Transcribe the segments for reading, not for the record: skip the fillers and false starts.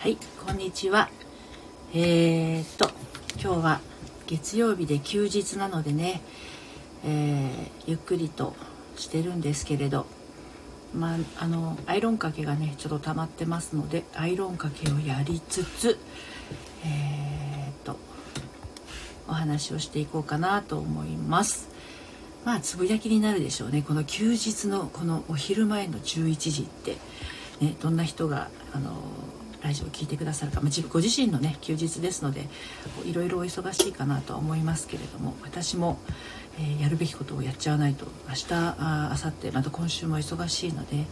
はい、こんにちは。今日は月曜日で休日なのでね、ゆっくりとしてるんですけれど、アイロンかけがねちょっと溜まってますので、アイロンかけをやりつつ、お話をしていこうかなと思います。つぶやきになるでしょうね。この休日のこのお昼前の11時って、ね、どんな人がラジオを聞いてくださるか、ご自身のね休日ですのでいろいろお忙しいかなとは思いますけれども、私も、やるべきことをやっちゃわないと、明日明後日また今週も忙しいので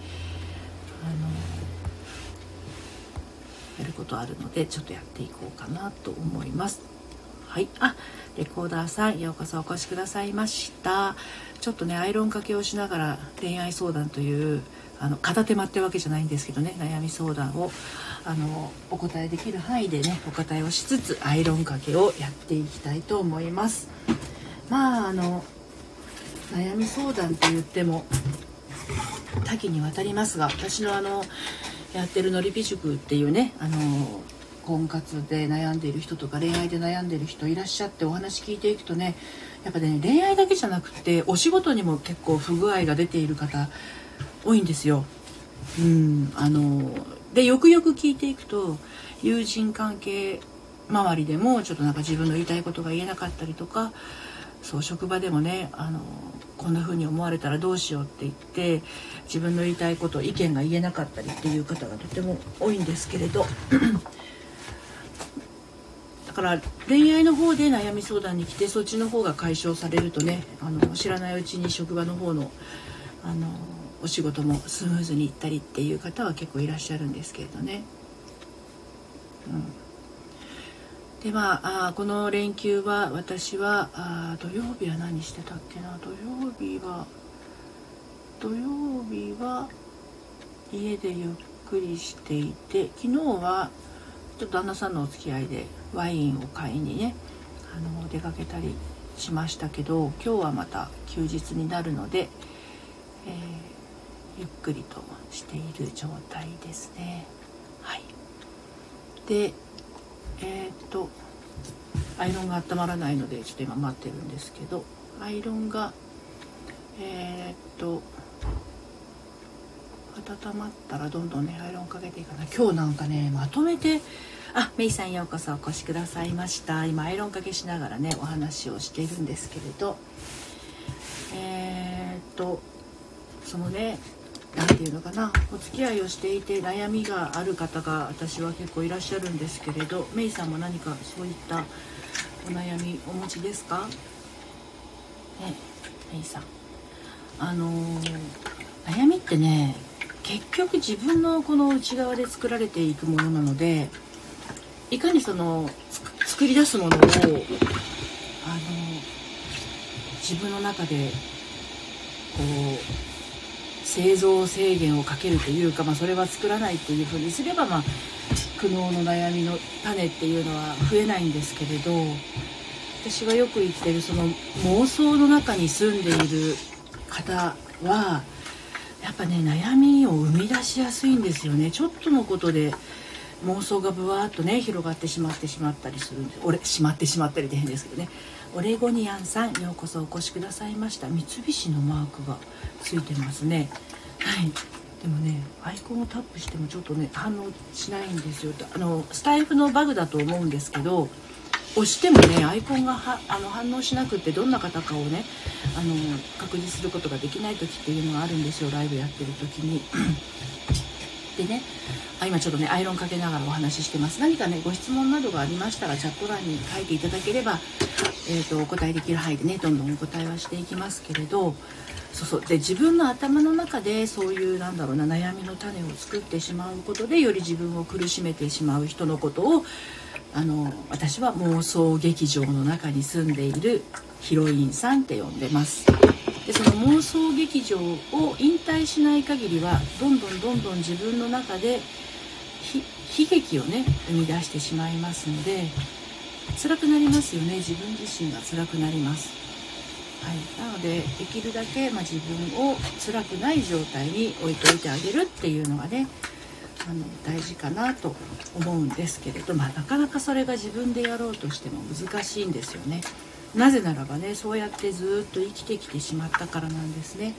やることあるのでちょっとやっていこうかなと思います。はい、レコーダーさんようこそお越しくださいました。ちょっとねアイロンかけをしながら恋愛相談という片手間ってわけじゃないんですけどね、悩み相談をお答えできる範囲でねお答えをしつつアイロンかけをやっていきたいと思います。悩み相談と言っても多岐にわたりますが、私のやってるのりぴ塾っていうね婚活で悩んでいる人とか恋愛で悩んでいる人いらっしゃって、お話聞いていくとね、やっぱね恋愛だけじゃなくてお仕事にも結構不具合が出ている方多いんですよ。でよくよく聞いていくと友人関係周りでもちょっと自分の言いたいことが言えなかったりとか、そう職場でもねこんな風に思われたらどうしようって言って自分の言いたいこと意見が言えなかったりっていう方がとても多いんですけれどだから恋愛の方で悩み相談に来てそっちの方が解消されるとね知らないうちに職場の方のお仕事もスムーズにいったりっていう方は結構いらっしゃるんですけれどね。でこの連休は私は土曜日は何してたっけな。土曜日は家でゆっくりしていて、昨日はちょっと旦那さんのお付き合いでワインを買いにね出かけたりしましたけど、今日はまた休日になるので、ゆっくりとしている状態ですね。はい。でアイロンが温まらないのでちょっと今待ってるんですけど、アイロンが温まったらどんどんねアイロンかけていかない。今日まとめてメイさんようこそお越しくださいました。今アイロンかけしながらねお話をしているんですけれど、そのねなんていうのかな、お付き合いをしていて悩みがある方が私は結構いらっしゃるんですけれど、メイさんも何かそういったお悩みお持ちですかね。メイさん悩みってね結局自分のこの内側で作られていくものなので、いかにその作り出すものを自分の中でこう製造制限をかけるというか、それは作らないっていうふうにすれば苦悩の悩みの種っていうのは増えないんですけれど、私がよく言ってるその妄想の中に住んでいる方はやっぱね悩みを生み出しやすいんですよね。ちょっとのことで妄想がブワーッとね広がってしまったりするんです。しまったりで変ですけどね。オレゴニアンさんようこそお越しくださいました。三菱のマークがついてますね。はい。でもねアイコンをタップしてもちょっとね反応しないんですよ。スタイフのバグだと思うんですけど、押してもねアイコンが反応しなくって、どんな方かをね確認することができない時っていうのがあるんですよ、ライブやってる時にでね今ちょっとねアイロンかけながらお話ししてます。何かねご質問などがありましたらチャット欄に書いていただければ、お答えできる範囲でねどんどんお答えはしていきますけれど、で自分の頭の中でそういう悩みの種を作ってしまうことでより自分を苦しめてしまう人のことを私は妄想劇場の中に住んでいるヒロインさんって呼んでます。でその妄想劇場を引退しない限りはどんどん自分の中で悲劇をね生み出してしまいますので辛くなりますよね。自分自身が辛くなります。はい、なのでできるだけ、自分を辛くない状態に置いておいてあげるっていうのがね大事かなと思うんですけれど、なかなかそれが自分でやろうとしても難しいんですよね。なぜならばね、そうやってずっと生きてきてしまったからなんですね。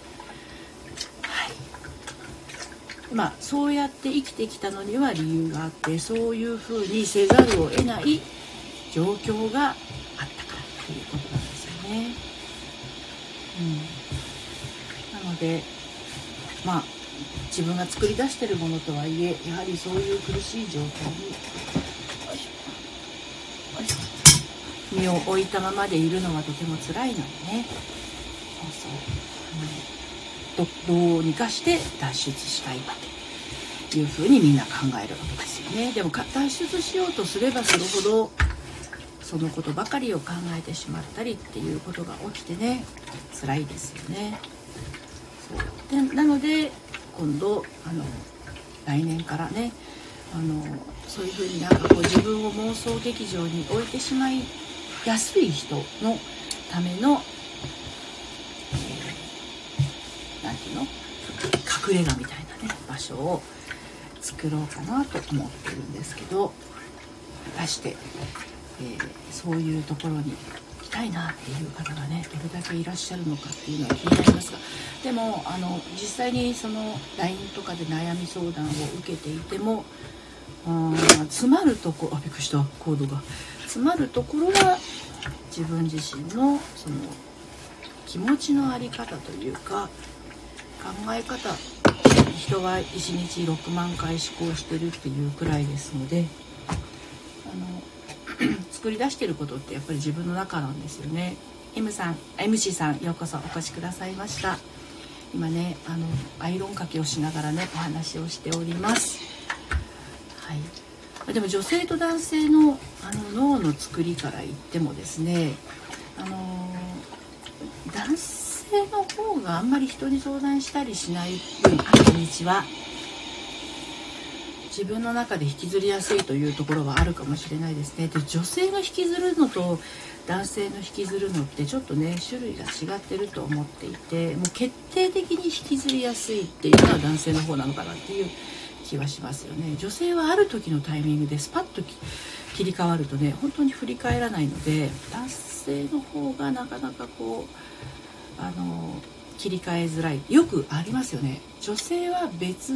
はい。そうやって生きてきたのには理由があって、そういうふうにせざるを得ない状況があったからということなんですよね。なので自分が作り出しているものとはいえ、やはりそういう苦しい状態に身を置いたままでいるのはとても辛いのでね。どうにかして脱出したいわというふうにみんな考えるわけですよね。でも脱出しようとすればするほどそのことばかりを考えてしまったりっていうことが起きてね、辛いですよね。でなので今度来年からね、そういうふうに自分を妄想劇場に置いてしまいやすい人のための、なんていうの、隠れ家みたいなね場所を作ろうかなと思ってるんですけど、果たして、そういうところに行きたいなっていう方がねどれだけいらっしゃるのかっていうのは気になりますが、でも実際にその LINE とかで悩み相談を受けていても、詰まるところ、びっくりした、コードが詰まるところは自分自身のその気持ちの在り方というか考え方、人は1日6万回思考してるっていうくらいですので、作り出していることってやっぱり自分の中なんですよね。MC さんようこそお越しくださいました。今ねアイロンかけをしながらねお話をしております。はい。でも女性と男性の脳の作りから言ってもですね、男性の方があんまり人に相談したりしない分、こんにちは、自分の中で引きずりやすいというところはあるかもしれないですね。で、女性が引きずるのと男性の引きずるのってちょっとね種類が違ってると思っていて、もう決定的に引きずりやすいっていうのは男性の方なのかなっていう気はしますよね。女性はある時のタイミングでスパッと切り替わるとね本当に振り返らないので、男性の方がなかなか切り替えづらい、よくありますよね。女性は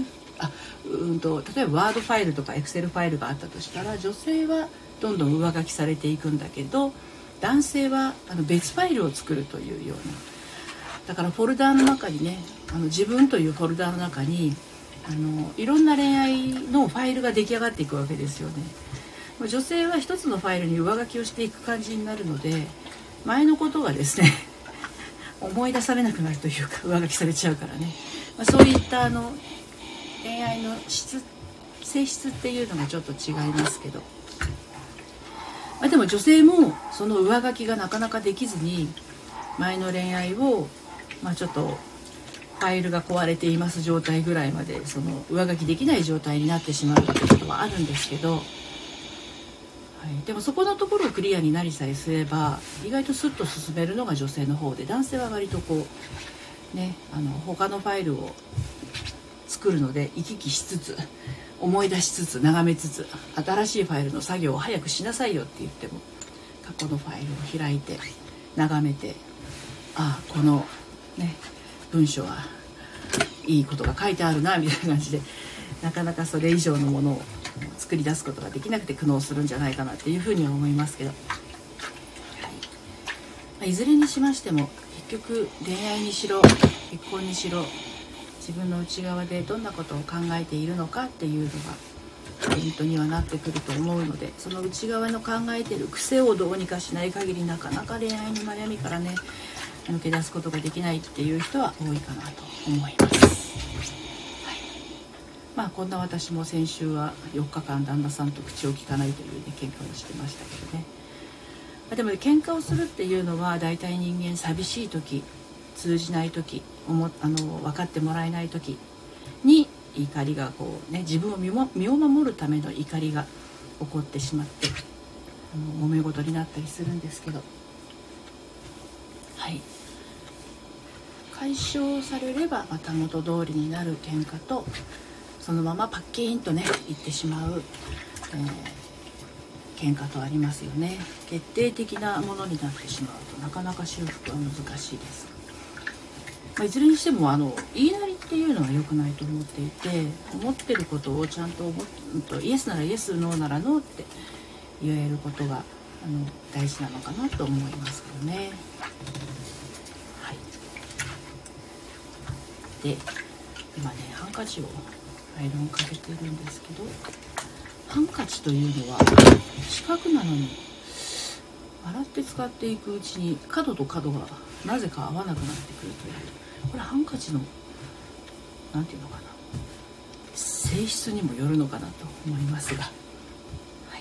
例えばワードファイルとかエクセルファイルがあったとしたら、女性はどんどん上書きされていくんだけど、男性は別ファイルを作るというような、だからフォルダーの中にね、自分というフォルダーの中にいろんな恋愛のファイルが出来上がっていくわけですよね。女性は一つのファイルに上書きをしていく感じになるので、前のことがですね思い出されなくなるというか、上書きされちゃうからね、そういった恋愛の性質っていうのがちょっと違いますけど、でも女性もその上書きがなかなかできずに前の恋愛をちょっとファイルが壊れています状態ぐらいまでその上書きできない状態になってしまうってことはあるんですけど、でもそこのところをクリアになりさえすれば意外とスッと進めるのが女性の方で、男性は割と他のファイルを作るので行き来しつつ思い出しつつ眺めつつ、新しいファイルの作業を早くしなさいよって言っても過去のファイルを開いて眺めて、このね文章はいいことが書いてあるなみたいな感じで、なかなかそれ以上のものを作り出すことができなくて苦悩するんじゃないかなっていうふうには思いますけど、いずれにしましても結局恋愛にしろ結婚にしろ自分の内側でどんなことを考えているのかっていうのがポイントにはなってくると思うので、その内側の考えている癖をどうにかしない限りなかなか恋愛の悩みからね抜け出すことができないっていう人は多いかなと思います。こんな私も先週は4日間旦那さんと口を聞かないというね喧嘩をしてましたけどね。でも喧嘩をするっていうのは大体人間寂しい時、通じない時、分かってもらえない時に怒りが自分を身を守るための怒りが起こってしまって揉め事になったりするんですけど、解消されればまた元通りになる喧嘩と、 そのままパッキーンとねいってしまう、喧嘩とありますよね。決定的なものになってしまうとなかなか修復は難しいです。いずれにしても言いなりっていうのは良くないと思っていて、思ってることをちゃんとイエスならイエス、ノーならノーって言えることが大事なのかなと思いますけどね。はい。で今ねハンカチをアイロンかけてるんですけど、ハンカチというのは四角なのに洗って使っていくうちに角と角がなぜか合わなくなってくるという、これハンカチのなんていうのかな、性質にもよるのかなと思いますが、はい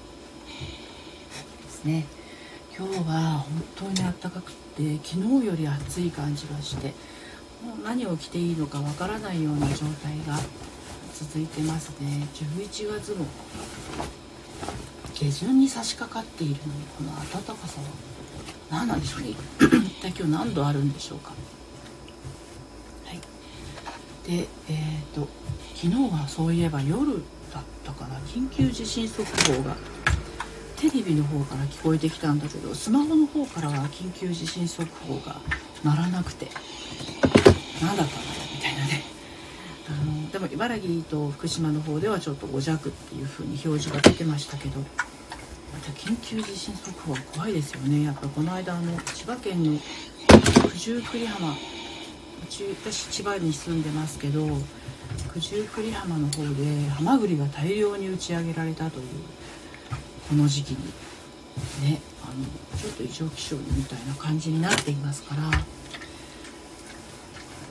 ですね。今日は本当に暖かくて昨日より暑い感じがして、もう何を着ていいのかわからないような状態が続いてますね。11月も下旬に差し掛かっているのにこの暖かさは何なんでしょうね。一体今日何度あるんでしょうか。はい。で昨日はそういえば夜だったかな、緊急地震速報がテレビの方から聞こえてきたんだけど、スマホの方からは緊急地震速報が鳴らなくて、何だったんだろうみたいなね。でも茨城と福島の方ではちょっと5弱っていう風に表示が出てましたけど、また緊急地震速報は怖いですよね。やっぱこの間千葉県の九十九里浜、私千葉に住んでますけど、九十九里浜の方でハマグリが大量に打ち上げられたという、この時期にね、ちょっと異常気象みたいな感じになっていますから、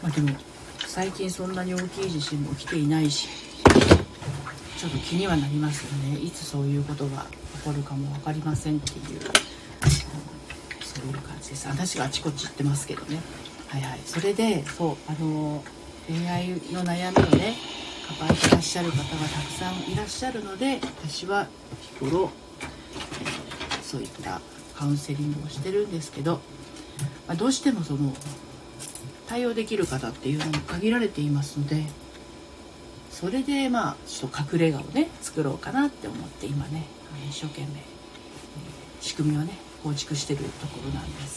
でも最近そんなに大きい地震も来ていないし、ちょっと気にはなりますよね。いつそういうことが起こるかも分かりませんっていう、そういう感じです。私があちこち行ってますけどね。はいはい。それで恋愛の悩みをね抱えていらっしゃる方がたくさんいらっしゃるので、私は日頃そういったカウンセリングをしてるんですけど、どうしてもその対応できる方っていうのも限られていますので、それでちょっと隠れ家をね作ろうかなって思って今ね一生懸命、仕組みをね構築してるところなんです。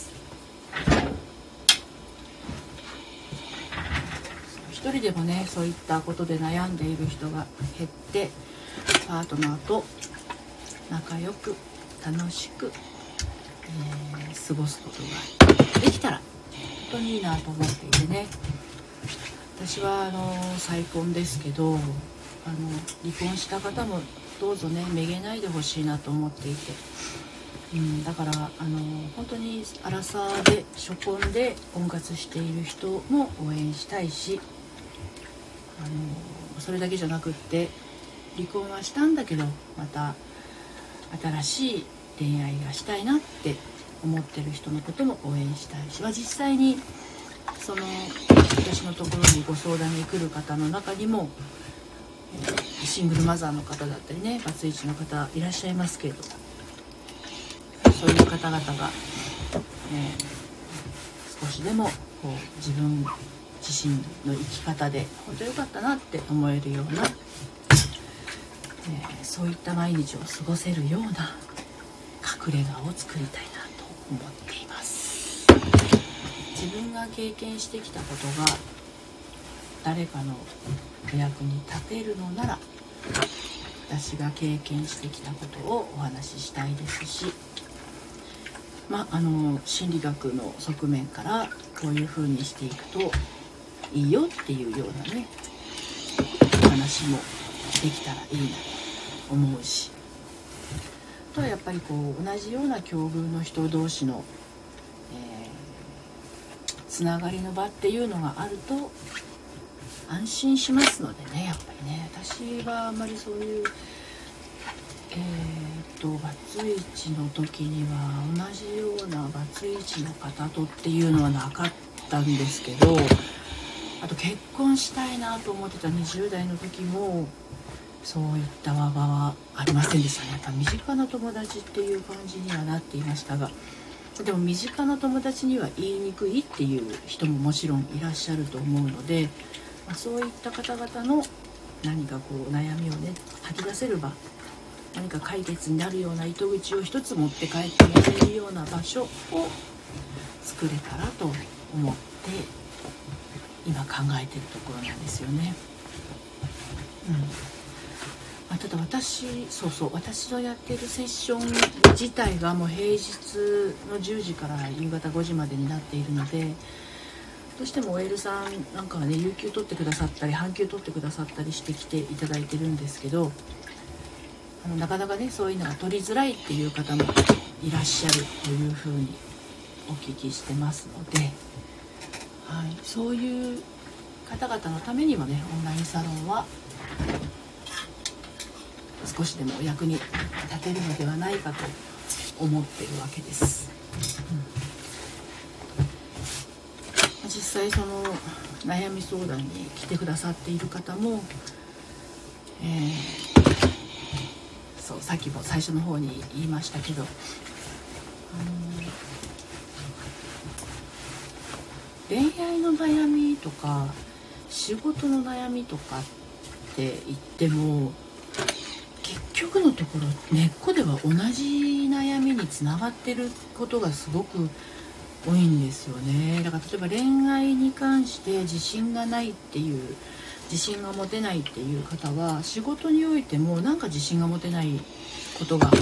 一人でもねそういったことで悩んでいる人が減って、パートナーと仲良く楽しく、過ごすことができたら本当にいいなと思っていてね。私は再婚ですけど、離婚した方もどうぞねめげないでほしいなと思っていて、だから本当にアラサーで初婚で婚活している人も応援したいし、それだけじゃなくって離婚はしたんだけどまた新しい恋愛がしたいなって思ってる人のことも応援したいし、実際にその私のところにご相談に来る方の中にも、シングルマザーの方だったりねバツイチの方いらっしゃいますけれど、そういう方々が、少しでもこう自分自身の生き方で本当良かったなって思えるような、そういった毎日を過ごせるような隠れ家を作りたいなと思っています。自分が経験してきたことが誰かのお役に立てるのなら、私が経験してきたことをお話ししたいですし、心理学の側面からこういう風にしていくといいよっていうようなねお話もできたらいいなと思うし、あとはやっぱりこう同じような境遇の人同士の、つながりの場っていうのがあると安心しますのでね。やっぱりね、私はあんまりそういうバツイチの時には同じようなバツイチの方とっていうのはなかったんですけど、あと結婚したいなと思ってた20代の時もそういった場はありませんでしたね。やっぱ身近な友達っていう感じにはなっていましたが、でも身近な友達には言いにくいっていう人ももちろんいらっしゃると思うので、そういった方々の何かこう悩みをね吐き出せる場、何か解決になるような糸口を一つ持って帰ってもらえるような場所を作れたらと思って今考えてるところなんですよね。ただ私のやっているセッション自体がもう平日の10時から夕方5時までになっているので、どうしても OL さんなんかはね有給取ってくださったり半休取ってくださったりしてきていただいてるんですけど、なかなかねそういうのが取りづらいっていう方もいらっしゃるというふうにお聞きしてますので、そういう方々のためにもねオンラインサロンは少しでもお役に立てるのではないかと思っているわけです。実際その悩み相談に来てくださっている方も、さっきも最初の方に言いましたけど、恋愛の悩みとか仕事の悩みとかって言っても結局のところ根っこでは同じ悩みにつながってることがすごく多いんですよね。だから例えば恋愛に関して自信がないっていう、自信が持てないっていう方は仕事においてもなんか自信が持てないことがあって、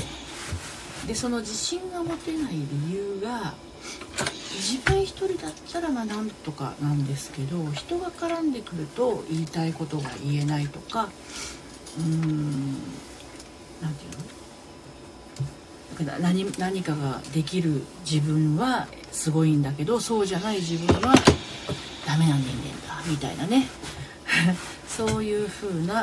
でその自信が持てない理由が自分一人だったらなんとかなんですけど、人が絡んでくると言いたいことが言えないとか、なんていうの、何かができる自分はすごいんだけどそうじゃない自分はダメな人間だみたいなねそういう風な、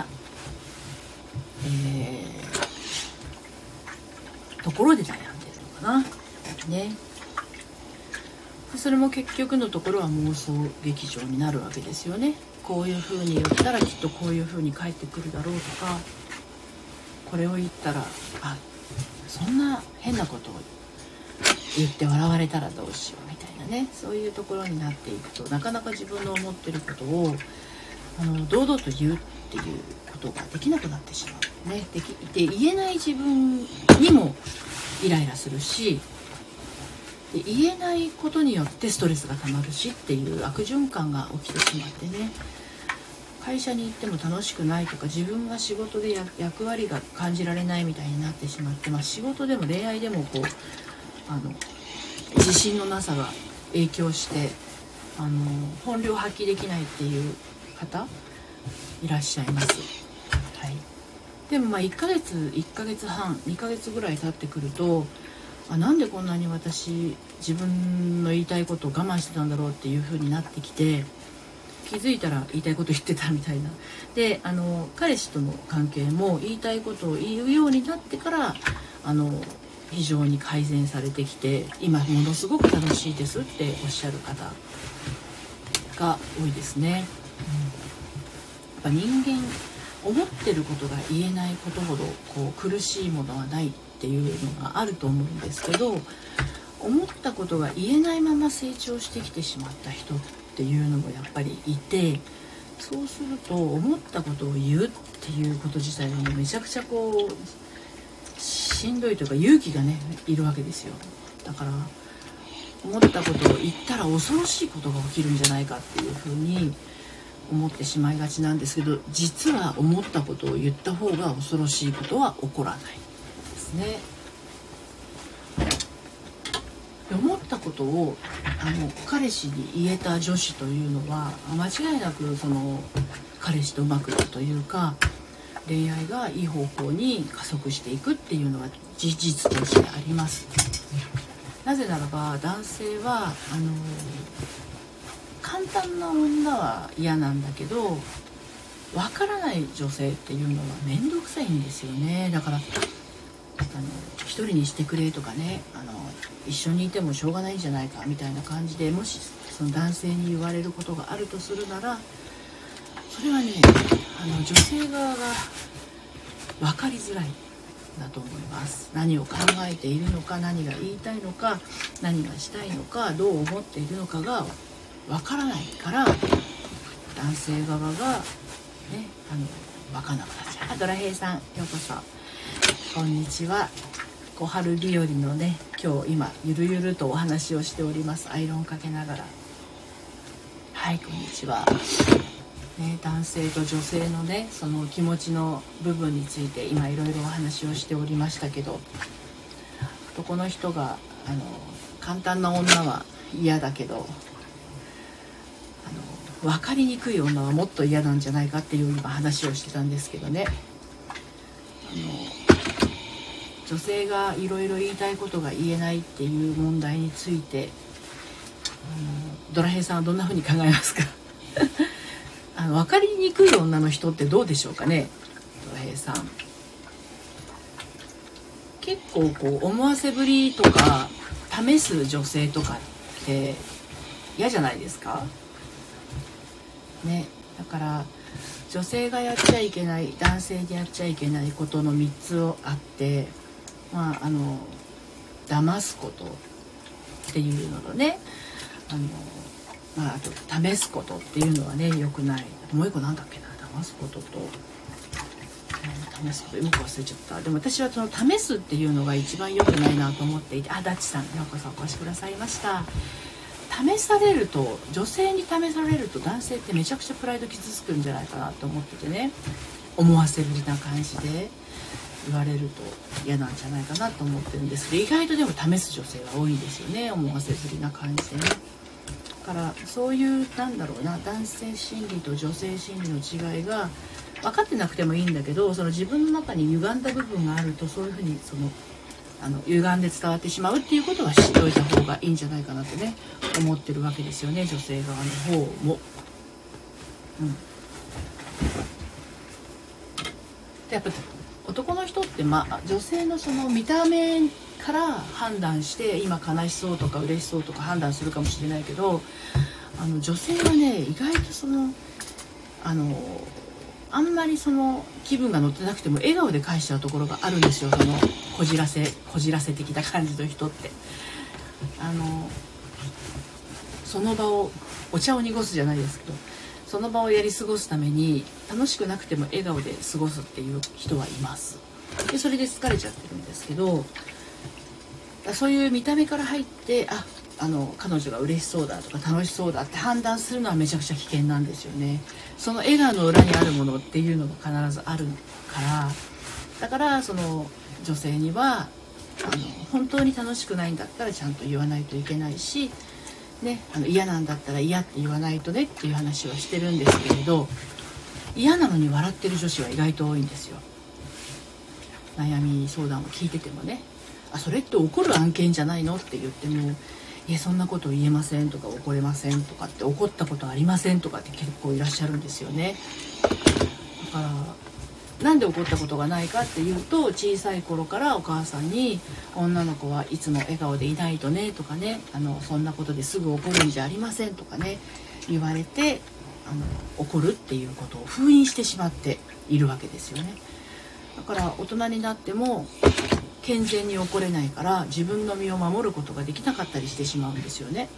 ところで悩んでるのかなね。それも結局のところは妄想劇場になるわけですよね。こういう風に言ったらきっとこういう風に返ってくるだろうとか、これを言ったらそんな変なことを言って笑われたらどうしようみたいなね、そういうところになっていくとなかなか自分の思ってることを堂々と言うっていうことができなくなってしまうね。で言えない自分にもイライラするし、で言えないことによってストレスがたまるしっていう悪循環が起きてしまってね、会社に行っても楽しくないとか自分が仕事で役割が感じられないみたいになってしまって、仕事でも恋愛でもこう自信のなさが影響して本領発揮できないっていう方いらっしゃいます。でも1ヶ月半2ヶ月ぐらい経ってくるとなんでこんなに私自分の言いたいことを我慢してたんだろうっていう風になってきて、気づいたら言いたいこと言ってたみたいな。で彼氏との関係も言いたいことを言うようになってから非常に改善されてきて、今ものすごく楽しいですっておっしゃる方が多いですね。やっぱ人間思ってることが言えないことほど苦しいものはないっていうのがあると思うんですけど、思ったことが言えないまま成長してきてしまった人っていうのもやっぱりいて、そうすると思ったことを言うっていうこと自体がもうめちゃくちゃしんどいというか勇気がねいるわけですよ。だから思ったことを言ったら恐ろしいことが起きるんじゃないかっていうふうに思ってしまいがちなんですけど、実は思ったことを言った方が恐ろしいことは起こらないですね。思ったことを彼氏に言えた女子というのは間違いなく彼氏とうまくいくというか、恋愛がいい方向に加速していくっていうのは事実としてあります。なぜならば男性は簡単な女は嫌なんだけどわからない女性っていうのは面倒くさいんですよね。だから一人にしてくれとかね、一緒にいてもしょうがないんじゃないかみたいな感じで、もしその男性に言われることがあるとするなら、それはね女性側が分かりづらいだと思います。何を考えているのか、何が言いたいのか、何がしたいのか、どう思っているのかが分からないから、男性側がね分かんなくなっちゃう。ドラヘイさん、ようこそ。こんにちは。小春日和のね、今日今ゆるゆるとお話をしております。アイロンかけながら。はい、こんにちは。ね、男性と女性のね、その気持ちの部分について今いろいろお話をしておりましたけど、男の人が簡単な女は嫌だけど、分かりにくい女はもっと嫌なんじゃないかっていう今話をしてたんですけどね。女性がいろいろ言いたいことが言えないっていう問題について、ドラヘイさんはどんなふうに考えますか？分かりにくい女の人ってどうでしょうかね、ドラヘイさん。結構こう思わせぶりとか試す女性とかって嫌じゃないですかね。だから女性がやっちゃいけない、男性にやっちゃいけないことの3つをあって、騙すことっていうのとね、あと試すことっていうのはね良くない。あともう一個なんだっけな、騙すことと、試すことよく忘れちゃった。でも私はその試すっていうのが一番良くないなと思っていて、ダッチさん、ようこそお越しくださいました。試されると、女性に試されると男性ってめちゃくちゃプライド傷つくんじゃないかなと思っててね、思わせぶりな感じで言われると嫌なんじゃないかなと思ってるんですけど、意外とでも試す女性は多いんですよね、思わせぶりな感じでね。だからそういう男性心理と女性心理の違いが分かってなくてもいいんだけど、その自分の中に歪んだ部分があると、そういうふうに歪んで伝わってしまうっていうことは知っておいた方がいいんじゃないかなとね思ってるわけですよね、女性側の方も。でやっぱ男の人って女性のその見た目から判断して今悲しそうとか嬉しそうとか判断するかもしれないけど、女性はね意外とあんまりその気分が乗ってなくても笑顔で返しちゃうところがあるんですよ。そのこじらせ的な感じの人って、その場をお茶を濁すじゃないですけど、その場をやり過ごすために楽しくなくても笑顔で過ごすっていう人はいます。でそれで疲れちゃってるんですけど、そういう見た目から入って彼女が嬉しそうだとか楽しそうだって判断するのはめちゃくちゃ危険なんですよね。その笑顔の裏にあるものっていうのが必ずあるから、だからその女性には本当に楽しくないんだったらちゃんと言わないといけないし、ね、嫌なんだったら嫌って言わないとねっていう話はしてるんですけれど、嫌なのに笑ってる女子は意外と多いんですよ。悩み相談を聞いててもね、それって怒る案件じゃないのって言っても、いやそんなこと言えませんとか怒れませんとかって、怒ったことありませんとかって結構いらっしゃるんですよね。だからなんで怒ったことがないかっていうと、小さい頃からお母さんに女の子はいつも笑顔でいないとねとかね、そんなことですぐ怒るんじゃありませんとかね言われて、怒るっていうことを封印してしまっているわけですよね。だから大人になっても健全に怒れないから自分の身を守ることができなかったりしてしまうんですよね。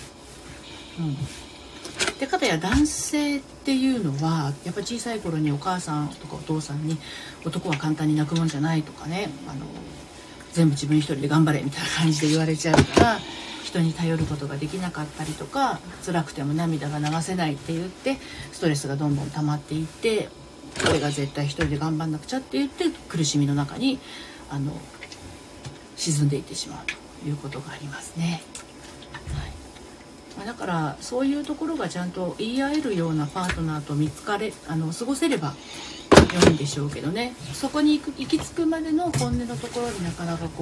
でかたや男性っていうのはやっぱ小さい頃にお母さんとかお父さんに男は簡単に泣くもんじゃないとかね、全部自分一人で頑張れみたいな感じで言われちゃうから、人に頼ることができなかったりとか、辛くても涙が流せないって言ってストレスがどんどん溜まっていって、これが絶対一人で頑張んなくちゃって言って苦しみの中に沈んでいってしまうということがありますね。だからそういうところがちゃんと言い合えるようなパートナーと過ごせれば良いんでしょうけどね、そこに行き着くまでの本音のところになかなか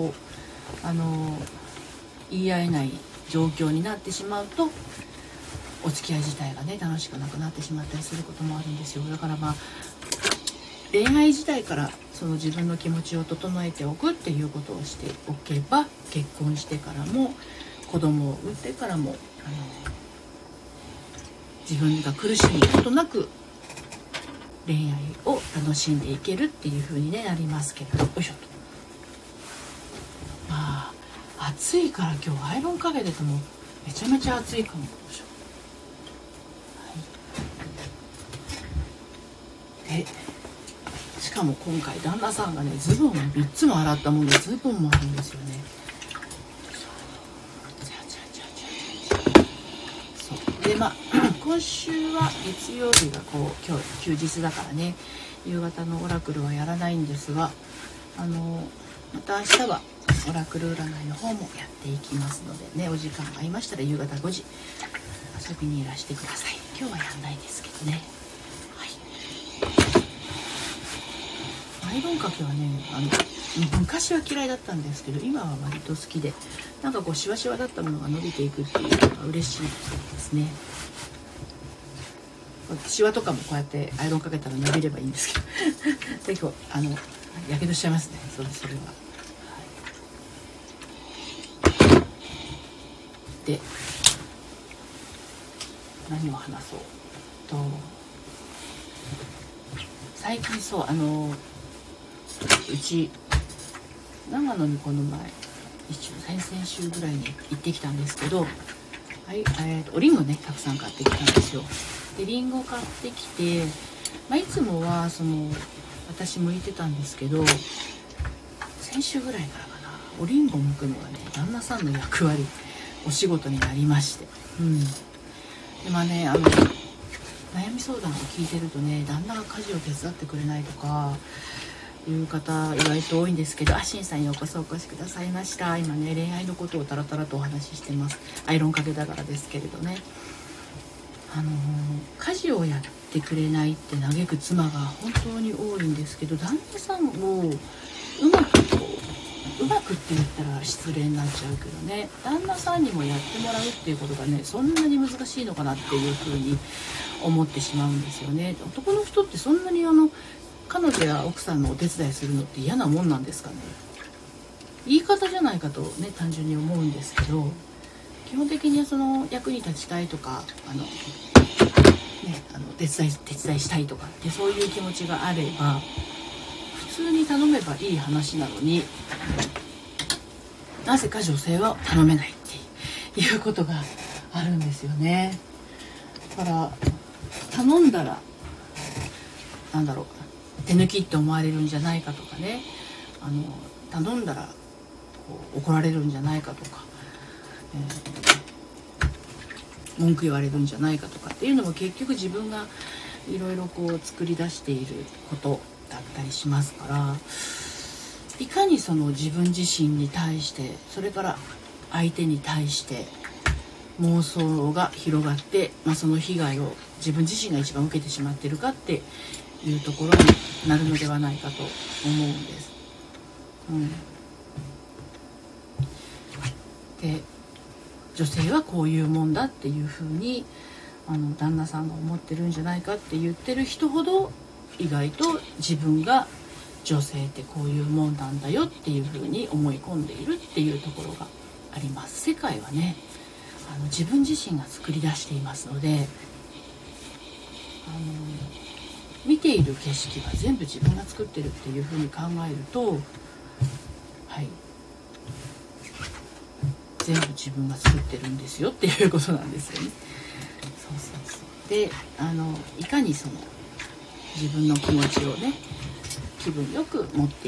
言い合えない状況になってしまうと、お付き合い自体がね楽しくなくなってしまったりすることもあるんですよ。だから恋愛自体からその自分の気持ちを整えておくっていうことをしておけば、結婚してからも子供を産んでからも自分が苦しむことなく恋愛を楽しんでいけるっていう風に、なりますけれど、よいしょと。暑いから今日アイロンかけててもめちゃめちゃ暑いかも。 でしかも今回旦那さんがねズボンを3つも洗ったものでズボンもあるんですよね。そうで今週は月曜日が今日休日だからね、夕方のオラクルはやらないんですが、また明日はオラクル占いの方もやっていきますのでね、お時間が合いましたら夕方5時遊びにいらしてください。今日はやんないですけどね。アイロンかけはね昔は嫌いだったんですけど、今は割と好きで、なんかこうシワシワだったものが伸びていくっていうのが嬉しいですね。シワとかもこうやってアイロンかけたら伸びればいいんですけど結構やけどしちゃいますね。それは、で何を話そうと、最近うち長野にこの前先々週ぐらいに行ってきたんですけど、おリンゴねたくさん買ってきたんですよ。でリンゴ買ってきて、いつもは私剥いてたんですけど、先週ぐらいからかな、おリンゴ剥くのがね旦那さんの役割お仕事になりまして、でね悩み相談を聞いてるとね、旦那が家事を手伝ってくれないとかいう方意外と多いんですけど、しんさんようこそお越しくださいました。今ね恋愛のことをタラタラとお話ししてます。アイロンかけながらですけれどね、家事をやってくれないって嘆く妻が本当に多いんですけど、旦那さんもうまくって言ったら失礼になっちゃうけどね、旦那さんにもやってもらうっていうことがねそんなに難しいのかなっていうふうに思ってしまうんですよね。男の人ってそんなに彼女や奥さんのお手伝いするのって嫌なもんなんですかね。言い方じゃないかとね単純に思うんですけど、基本的には役に立ちたいとか手伝いしたいとかってそういう気持ちがあれば普通に頼めばいい話なのに、なぜか女性は頼めないっていうことがあるんですよね。だから頼んだら手抜きって思われるんじゃないかとかね、頼んだら怒られるんじゃないかとか、文句言われるんじゃないかとかっていうのも結局自分がいろいろ作り出していることだったりしますから、いかに自分自身に対して、それから相手に対して妄想が広がって、その被害を自分自身が一番受けてしまっているかっていうところになるのではないかと思うんです。で女性はこういうもんだっていうふうに旦那さんが思ってるんじゃないかって言ってる人ほど、意外と自分が女性ってこういうもんなんだよっていうふうに思い込んでいるっていうところがあります。世界はね自分自身が作り出していますので、見ている景色は全部自分が作ってるっていうふうに考えると、全部自分が作ってるんですよっていうことなんですよね。でいかに自分の気持ちをね気分よく持って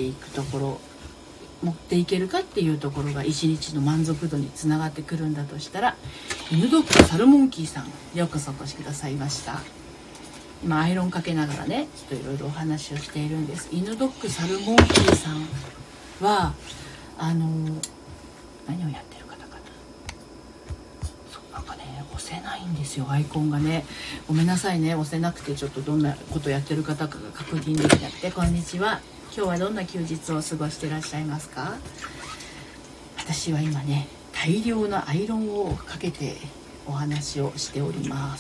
いけるかっていうところが一日の満足度につながってくるんだとしたら、犬ドッグサルモンキーさんようこそお越しくださいました。今アイロンかけながらねちょっといろいろお話をしているんです。犬ドッグサルモンキーさんは何をやってる方かな、押せないんですよ、アイコンがね。ごめんなさいね、押せなくてちょっとどんなことやってる方かが確認できなくて。こんにちは。今日はどんな休日を過ごしていらっしゃいますか？私は今ね大量のアイロンをかけてお話をしております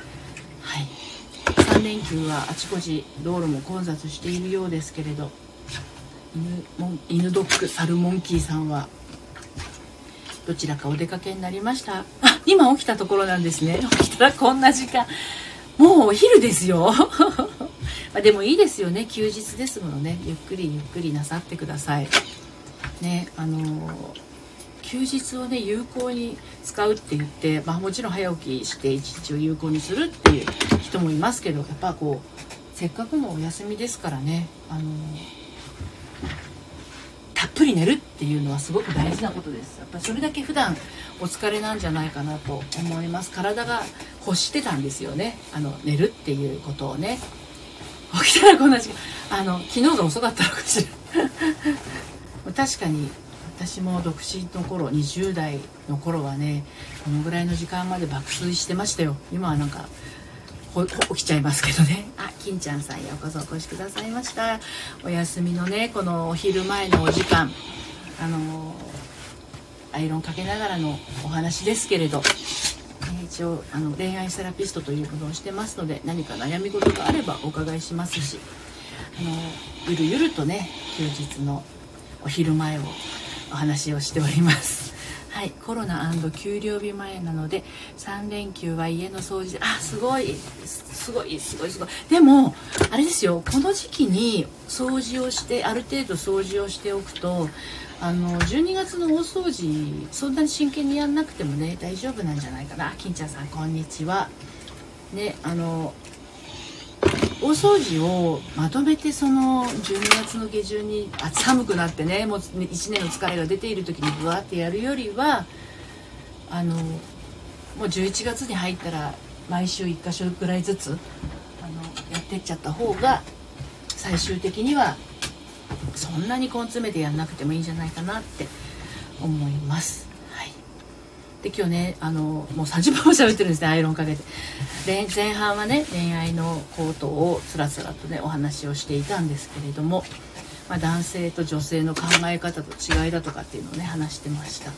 。3連休はあちこち道路も混雑しているようですけれど、犬ドッグサルモンキーさんはどちらかお出かけになりました？今起きたところなんですね。起きたらこんな時間、もうお昼ですよでもいいですよね、休日ですものね。ゆっくりゆっくりなさってくださいね。休日をね有効に使うって言って、もちろん早起きして一日を有効にするっていう人もいますけど、やっぱせっかくのお休みですからね、たっぷり寝るっていうのはすごく大事なことです。やっぱりそれだけ普段お疲れなんじゃないかなと思います。体が欲してたんですよね、寝るっていうことをね。起きたらこんな時間、昨日が遅かったのかしら確かに私も独身の頃、20代の頃はね、このぐらいの時間まで爆睡してましたよ。今はなんか起きちゃいますけどね。金ちゃんさん、ようこそお越しくださいました。お休みのね、このお昼前のお時間、アイロンかけながらのお話ですけれど、一応恋愛セラピストというものをしてますので、何か悩み事があればお伺いしますし、ゆるゆるとね、休日のお昼前をお話をしております。はい、コロナ&給料日前なので3連休は家の掃除で、すごい。でもあれですよ、この時期に掃除をして、ある程度掃除をしておくと、12月の大掃除そんなに真剣にやんなくてもね、大丈夫なんじゃないかな。金ちゃんさん、こんにちはね。大掃除をまとめて、その12月の下旬に寒くなってね、もう1年の疲れが出ている時にブワーってやるよりは、もう11月に入ったら毎週1箇所ぐらいずつやってっちゃった方が、最終的にはそんなに根詰めてやんなくてもいいんじゃないかなって思います。はい。で、今日ね、もう30分も喋ってるんですね、アイロンかけて。前半はね、恋愛のことをつらつらとね、お話をしていたんですけれども、男性と女性の考え方と違いだとかっていうのをね、話してました。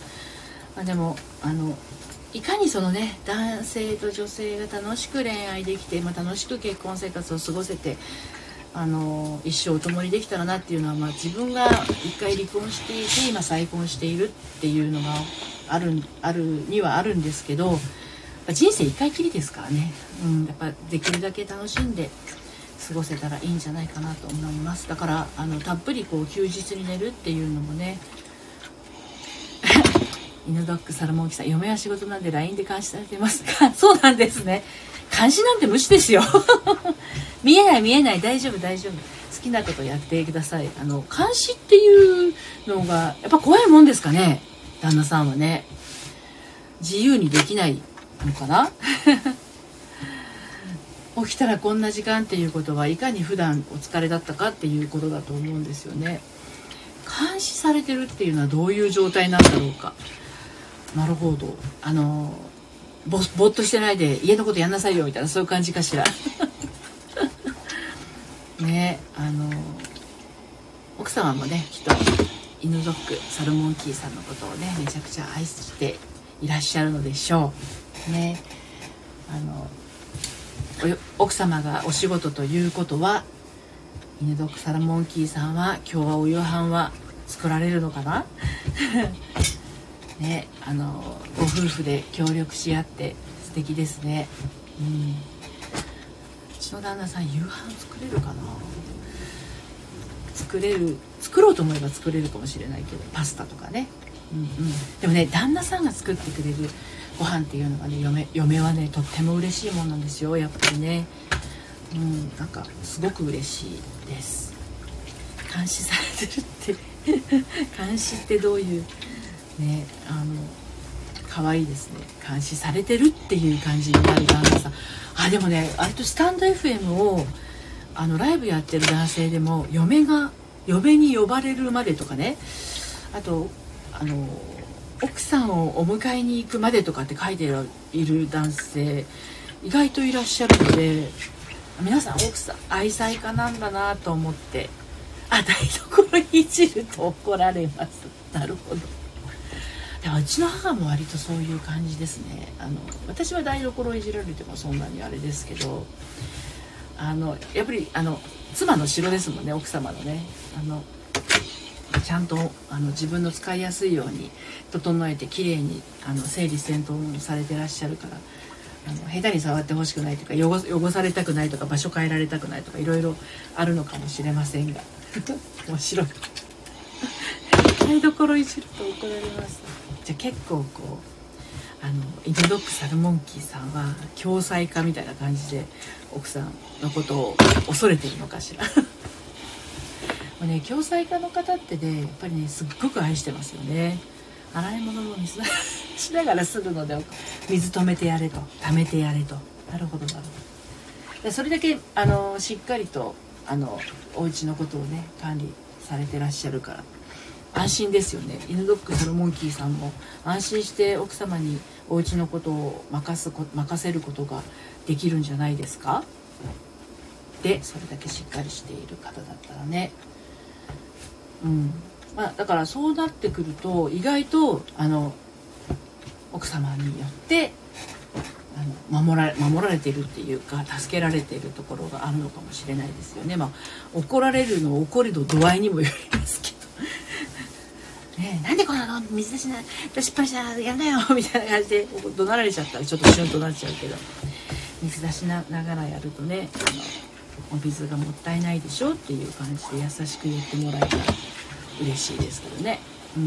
でもいかにそのね、男性と女性が楽しく恋愛できて、楽しく結婚生活を過ごせて、一生お共にできたらなっていうのは、自分が一回離婚していて今再婚しているっていうのがあるにはあるんですけど、人生一回きりですからね、やっぱできるだけ楽しんで過ごせたらいいんじゃないかなと思います。だからたっぷり休日に寝るっていうのもね犬ドッグサルモンキさん、嫁は仕事なんで LINE で監視されてますそうなんですね。監視なんて無視ですよ見えない大丈夫、好きなことやってください。監視っていうのがやっぱ怖いもんですかね、旦那さんはね。自由にできないのかな起きたらこんな時間っていうことはいかに普段お疲れだったかっていうことだと思うんですよね。監視されてるっていうのはどういう状態なんだろうか。なるほど、ぼーっとしてないで家のことやんなさいよみたいな、そういう感じかしらね。奥様もね、きっと犬ドッグサルモンキーさんのことをね、めちゃくちゃ愛していらっしゃるのでしょうね。奥様がお仕事ということは、犬ドッグサルモンキーさんは今日はお夕飯は作られるのかなね、ご夫婦で協力し合って素敵ですね。うちの旦那さん、夕飯作れるかな。作ろうと思えば作れるかもしれないけど、パスタとかね、でもね、旦那さんが作ってくれるご飯っていうのがね、嫁はね、とっても嬉しいもんなんですよ、やっぱりね。なんかすごく嬉しいです。監視されてるって監視ってどういうね、可愛いですね。監視されてるっていう感じになる旦那さん。でもね、あれとスタンド FM をライブやってる男性でも、嫁に呼ばれるまでとかね、あと奥さんをお迎えに行くまでとかって書いている男性意外といらっしゃるので、皆さん奥さん愛妻家なんだなと思って、台所にいじると怒られます。なるほど。でもうちの母も割とそういう感じですね。私は台所をいじられてもそんなにあれですけど、やっぱり妻の城ですもんね、奥様のね。ちゃんと自分の使いやすいように整えてきれいに整理整頓されてらっしゃるから、下手に触ってほしくないとか、汚されたくないとか、場所変えられたくないとか、いろいろあるのかもしれませんが面白い台所いじると怒られます。じゃあ結構イヌドッグサルモンキーさんは共済家みたいな感じで奥さんのことを恐れてるのかしらもうね、共済家の方ってねやっぱりねすっごく愛してますよね。洗い物も水しながらするので水止めてやれと溜めてやれと。なるほどなるほど。でそれだけしっかりとお家のことをね管理されてらっしゃるから安心ですよね。イヌドッグサルモンキーさんも安心して奥様にお家のことを任せることができるんじゃないですか。でそれだけしっかりしている方だったらね、だからそうなってくると意外と奥様によって守られてるっていうか助けられているところがあるのかもしれないですよね。怒られるの怒るの度合いにもよりますけどなんでこんなの水出しない失敗したらやんなよみたいな感じで怒鳴られちゃったらちょっとシュンとなっちゃうけど、水出しながらやるとねお水がもったいないでしょっていう感じで優しく言ってもらえたら嬉しいですけどね。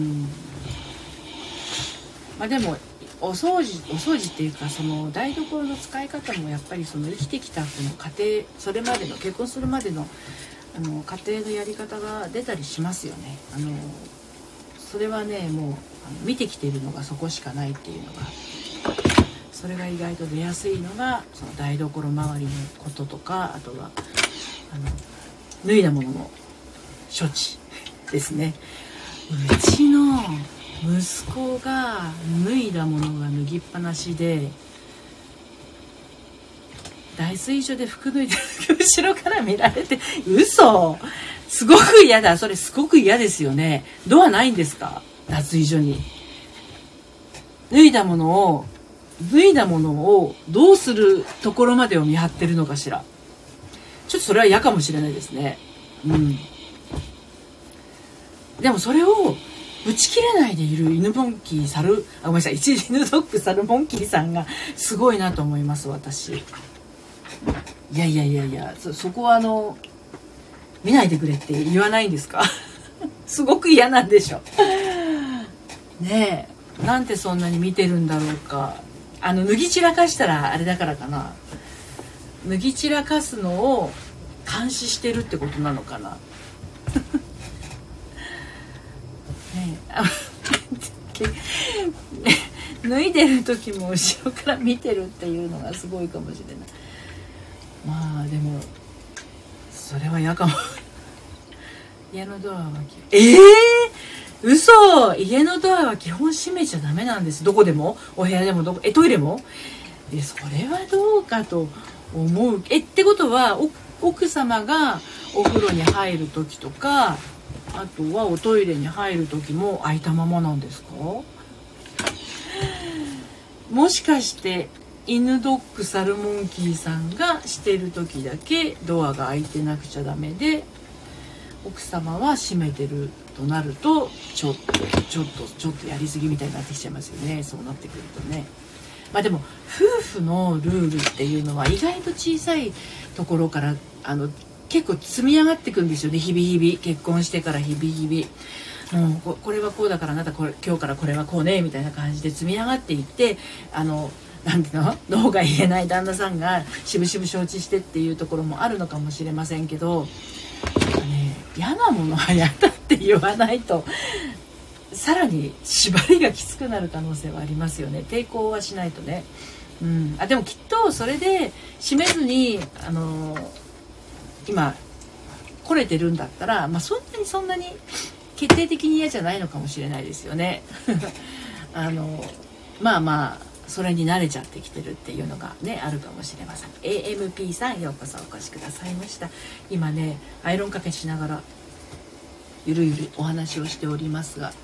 でもお掃除っていうかその台所の使い方もやっぱりその生きてきたこの家庭それまでの結婚するまでの家庭のやり方が出たりしますよね。それはねもう見てきているのがそこしかないっていうのがあって、それが意外と出やすいのがその台所周りのこととか、あとは脱いだものの処置ですね。うちの息子が脱いだものが脱ぎっぱなしで脱衣所で服脱いで後ろから見られて、嘘、すごく嫌だ。それすごく嫌ですよね。ドアないんですか、脱衣所に。脱いだものをどうするところまでを見張ってるのかしら。ちょっとそれは嫌かもしれないですね。でもそれを打ち切れないでいる犬ドッグサルモンキーさんがすごいなと思います、私。いやそこは見ないでくれって言わないんですかすごく嫌なんでしょねえ。なんでそんなに見てるんだろうか。脱ぎ散らかしたらあれだからかな。脱ぎ散らかすのを監視してるってことなのかなねえ脱いでる時も後ろから見てるっていうのがすごいかもしれない。でもそれは嫌かも家のドアは嘘、家のドアは基本閉めちゃダメなんです。どこでも、お部屋でもトイレも。それはどうかと思う。ってことは奥様がお風呂に入る時とか、あとはおトイレに入る時も開いたままなんですか？もしかしてイヌドッグサルモンキーさんがしてる時だけドアが開いてなくちゃダメで、奥様は閉めてるとなるとちょっとやりすぎみたいになってきちゃいますよね。そうなってくるとね。でも夫婦のルールっていうのは意外と小さいところから結構積み上がっていくんですよね。日々結婚してから日々もうこれはこうだからあなた今日からこれはこうねみたいな感じで積み上がっていって、なんていうの、脳が言えない旦那さんがしぶしぶ承知してっていうところもあるのかもしれませんけど、嫌なものは嫌だって言わないとさらに縛りがきつくなる可能性はありますよね。抵抗はしないとね。でもきっとそれで閉めずに今来れてるんだったら、そんなに決定的に嫌じゃないのかもしれないですよねそれに慣れちゃってきてるっていうのがねあるかもしれません。 AMP さん、ようこそお越しくださいました。今ねアイロンかけしながらゆるゆるお話をしておりますが、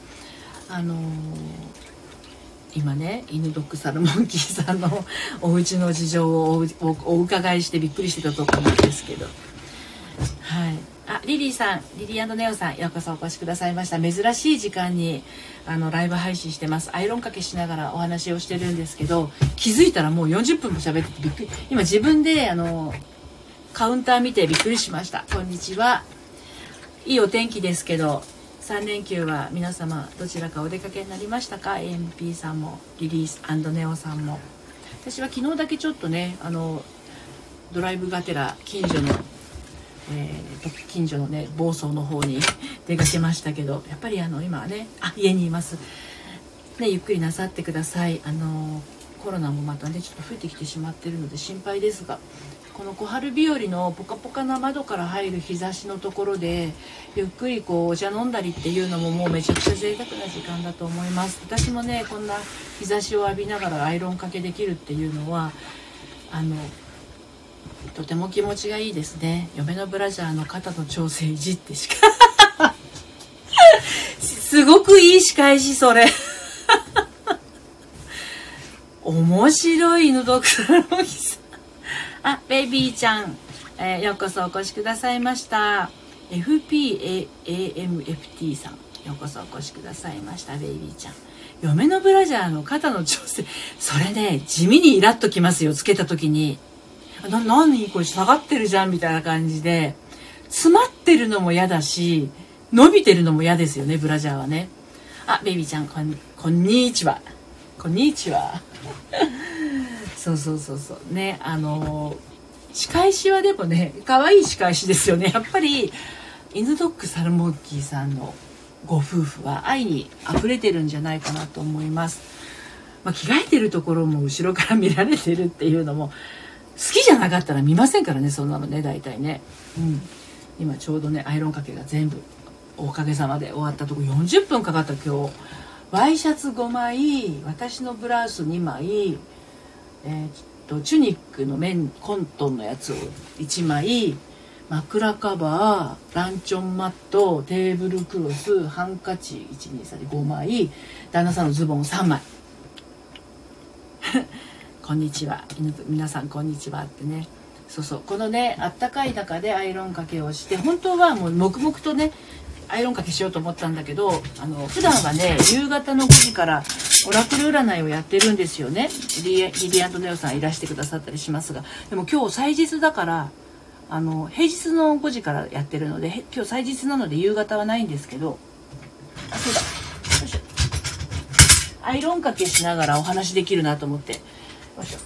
今ねイヌドッグサルモンキーさんのお家の事情をお伺いしてびっくりしてたところなんですけど、はい。リリー&ネオさん、ようこそお越しくださいました。珍しい時間にライブ配信してます。アイロンかけしながらお話をしてるんですけど、気づいたらもう40分も喋っててびっくり。今自分でカウンター見てびっくりしました。こんにちは。いいお天気ですけど 3連休は皆様どちらかお出かけになりましたか？ AMP さんもリリース&ネオさんも。私は昨日だけちょっとねドライブがてら近所のね房総の方に出かけましたけど、やっぱり今はね家にいますね。ゆっくりなさってください。コロナもまたねちょっと増えてきてしまっているので心配ですが、この小春日和のポカポカな窓から入る日差しのところでゆっくりお茶飲んだりっていうのももうめちゃくちゃ贅沢な時間だと思います。私もねこんな日差しを浴びながらアイロンかけできるっていうのはとても気持ちがいいですね。嫁のブラジャーの肩の調整いじってしかすごくいい仕返しそれ面白い犬ドクターの木さん、ベイビーちゃん、ようこそお越しくださいました。 FPAMFT さん、ようこそお越しくださいました。ベイビーちゃん、嫁のブラジャーの肩の調整、それね地味にイラッときますよ。つけた時に何これ下がってるじゃんみたいな感じで、詰まってるのも嫌だし伸びてるのも嫌ですよね、ブラジャーはね。ベイビーちゃんこんにちは。こんにちはそうね、仕返しはでもね可愛い仕返しですよね。やっぱり犬ドッグサルモンキーさんのご夫婦は愛に溢れてるんじゃないかなと思います。着替えてるところも後ろから見られてるっていうのも好きじゃなかったら見ませんからね、そんなのね大体ね。今ちょうどねアイロンかけが全部おかげさまで終わったところ40分かかった。今日ワイシャツ5枚、私のブラウス2枚、チュニックのコントンのやつを1枚、枕カバー、ランチョンマット、テーブルクロス、ハンカチ123で5枚、旦那さんのズボン3枚こんにちは皆さんこんにちはってね。このねあったかい中でアイロンかけをして、本当はもう黙々とねアイロンかけしようと思ったんだけど、普段はね夕方の5時からオラクル占いをやってるんですよね。リリアンドネオさんいらしてくださったりしますが、でも今日祭日だから平日の5時からやってるので、今日祭日なので夕方はないんですけど、そうだ、よいしょ、アイロンかけしながらお話できるなと思って、よいしょ、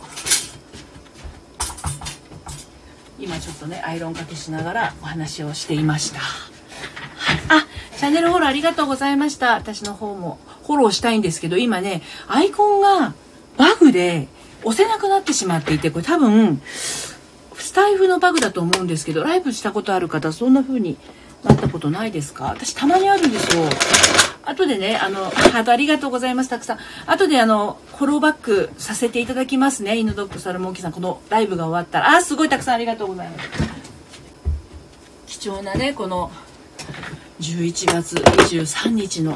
今ちょっとねアイロンかけしながらお話をしていました。チャンネルフォローありがとうございました。私の方もフォローしたいんですけど、今ねアイコンがバグで押せなくなってしまっていて、これ多分スタイフのバグだと思うんですけど、ライブしたことある方そんな風になったことないですか？私たまにあるんですよ。後でねハートありがとうございます。たくさん後でフォローバックさせていただきますね。犬ドッグサルモンキさん、このライブが終わったらすごいたくさんありがとうございます。貴重なねこの11月23日の、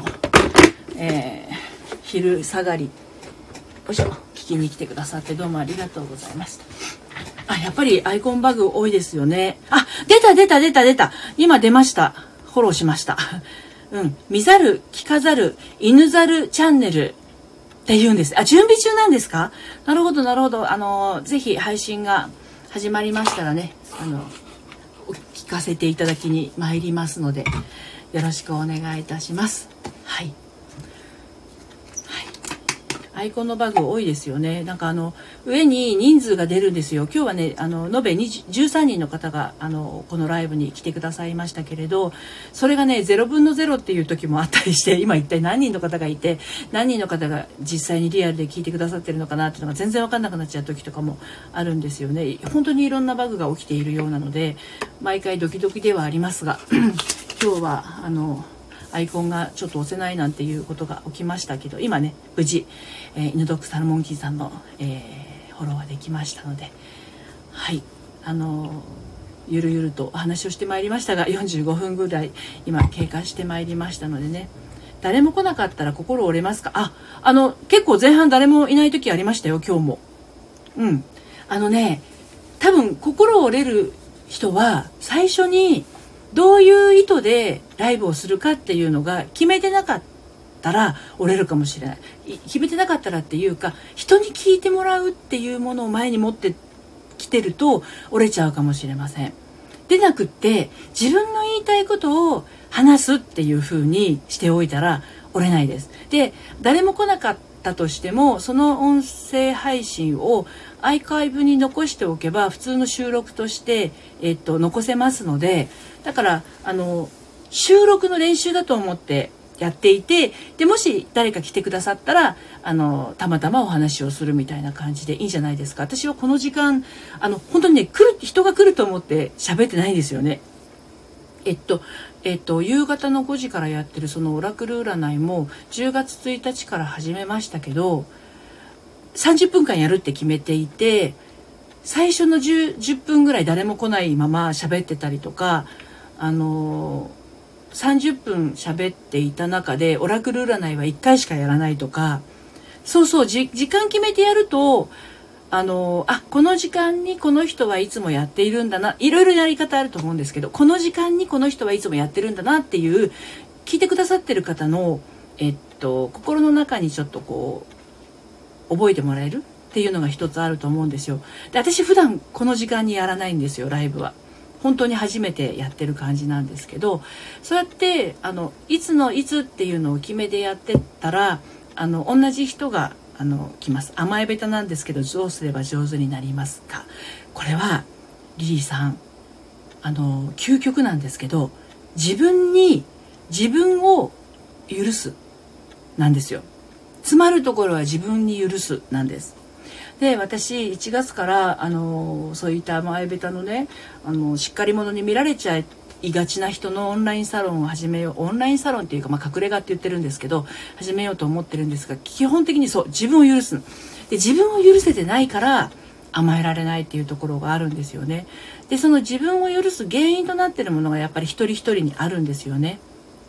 昼下がり、よいしょ、聞きに来てくださってどうもありがとうございました。やっぱりアイコンバグ多いですよね。出た今出ました。フォローしました見ざる聞かざる犬ざるチャンネルって言うんです。準備中なんですか？なるほど。ぜひ配信が始まりましたらね聞かせていただきに参りますのでよろしくお願いいたします。はいアイコンのバグ多いですよね。なんか上に人数が出るんですよ。今日はね延べ13人の方がこのライブに来てくださいましたけれど、それがね0分の0っていう時もあったりして、今一体何人の方がいて何人の方が実際にリアルで聞いてくださってるのかなっていうのが全然分かんなくなっちゃう時とかもあるんですよね。本当にいろんなバグが起きているようなので毎回ドキドキではありますが今日はアイコンがちょっと押せないなんていうことが起きましたけど、今ね無事、犬ドッグサルモンキーさんの、フォローができましたので、ゆるゆるとお話をしてまいりましたが45分ぐらい今経過してまいりましたのでね、誰も来なかったら心折れますか？結構前半誰もいない時ありましたよ、今日も。多分心折れる人は最初にどういう意図でライブをするかっていうのが決めてなかったら折れるかもしれない。決めてなかったらっていうか、人に聞いてもらうっていうものを前に持ってきてると折れちゃうかもしれません。でなくって自分の言いたいことを話すっていう風にしておいたら折れないです。で、誰も来なかったとしてもその音声配信をアーカイブに残しておけば普通の収録として、残せますので、だから収録の練習だと思ってやっていて、でもし誰か来てくださったらたまたまお話をするみたいな感じでいいんじゃないですか。私はこの時間本当にね、人が来ると思って喋ってないんですよね。夕方の5時からやってるそのオラクル占いも10月1日から始めましたけど、30分間やるって決めていて、最初の 10分ぐらい誰も来ないまま喋ってたりとか、30分喋っていた中でオラクル占いは1回しかやらないとか、そうそう、時間決めてやるとこの時間にこの人はいつもやっているんだな、いろいろやり方あると思うんですけど、この時間にこの人はいつもやってるんだなっていう聞いてくださってる方の心の中にちょっとこう覚えてもらえるっていうのが一つあると思うんですよ。で、私普段この時間にやらないんですよ、ライブは。本当に初めてやってる感じなんですけど、そうやっていつのいつっていうのを決めてやってったら同じ人が来ます。甘えべたなんですけど、どうすれば上手になりますか。これはリリーさん究極なんですけど、自分を許すなんですよ。詰まるところは自分に許すなんです。で、私1月からそういった甘えべたのねしっかり者に見られちゃいがちな人のオンラインサロンを始めよう。オンラインサロンっていうか、隠れ家って言ってるんですけど、始めようと思ってるんですが、基本的にそう、自分を許す。で、自分を許せてないから甘えられないっていうところがあるんですよね。で、その自分を許す原因となってるものがやっぱり一人一人にあるんですよね。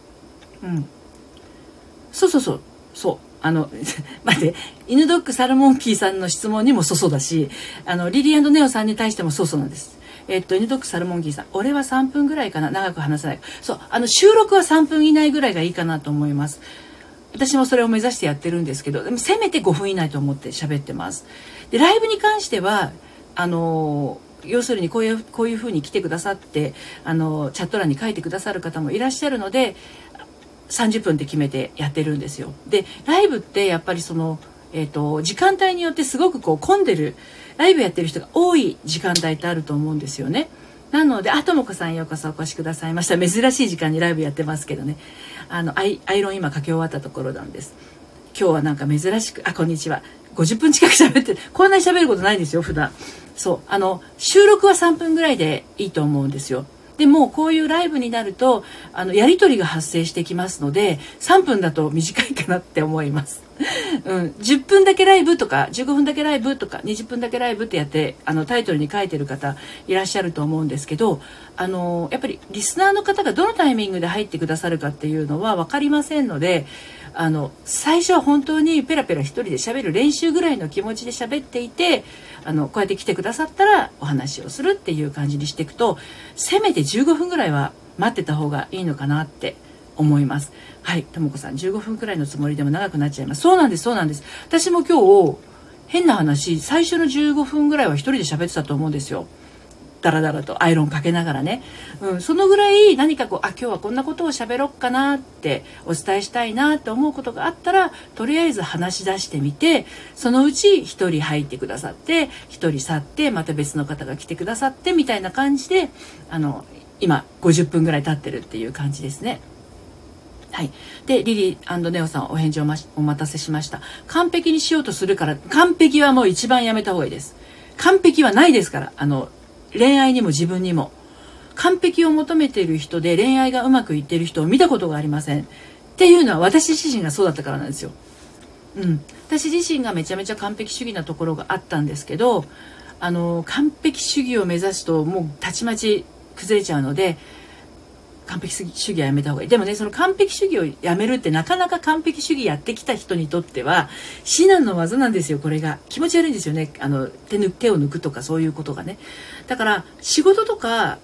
そう待って、犬ドッグサルモンキーさんの質問にもそうだし、リリー&ネオさんに対してもそうなんです。犬ドッグサルモンキーさん、俺は3分ぐらいかな、長く話さない。そう、収録は3分以内ぐらいがいいかなと思います。私もそれを目指してやってるんですけど、でもせめて5分以内と思って喋ってます。で、ライブに関しては要するにこういう風に来てくださってチャット欄に書いてくださる方もいらっしゃるので、30分って決めてやってるんですよ。で、ライブってやっぱり時間帯によってすごくこう混んでる、ライブやってる人が多い時間帯ってあると思うんですよね。なので、ともこさんようこそお越しくださいました。珍しい時間にライブやってますけどね。アイロン今かけ終わったところなんです。今日はなんか珍しく、こんにちは。50分近く喋ってる。こんなに喋ることないんですよ、普段。そう。収録は3分ぐらいでいいと思うんですよ。でもこういうライブになるとやり取りが発生してきますので、3分だと短いかなって思います。10分だけライブとか15分だけライブとか20分だけライブってやってタイトルに書いてる方いらっしゃると思うんですけど、やっぱりリスナーの方がどのタイミングで入ってくださるかっていうのは分かりませんので、最初は本当にペラペラ一人で喋る練習ぐらいの気持ちで喋っていて、こうやって来てくださったらお話をするっていう感じにしていくと、せめて15分ぐらいは待ってた方がいいのかなって思います。はい、ともこさん、15分くらいのつもりでも長くなっちゃいます。そうなんです。私も今日変な話、最初の15分ぐらいは一人で喋ってたと思うんですよ。ダラダラとアイロンかけながらね、そのぐらい何か今日はこんなことを喋ろうかなってお伝えしたいなって思うことがあったら、とりあえず話し出してみて、そのうち一人入ってくださって一人去って、また別の方が来てくださってみたいな感じで今50分ぐらい経ってるっていう感じですね。はい。で、リリー&ネオさん、お返事をお待たせしました。完璧にしようとするから、完璧はもう一番やめた方がいいです。完璧はないですから。恋愛にも自分にも。完璧を求めている人で恋愛がうまくいっている人を見たことがありません。っていうのは私自身がそうだったからなんですよ。私自身がめちゃめちゃ完璧主義なところがあったんですけど、完璧主義を目指すともうたちまち崩れちゃうので、完璧主義はやめた方がいい。でもね、その完璧主義をやめるってなかなか完璧主義やってきた人にとっては至難の技なんですよ。これが気持ち悪いんですよね。手を抜くとかそういうことがね。だから仕事とか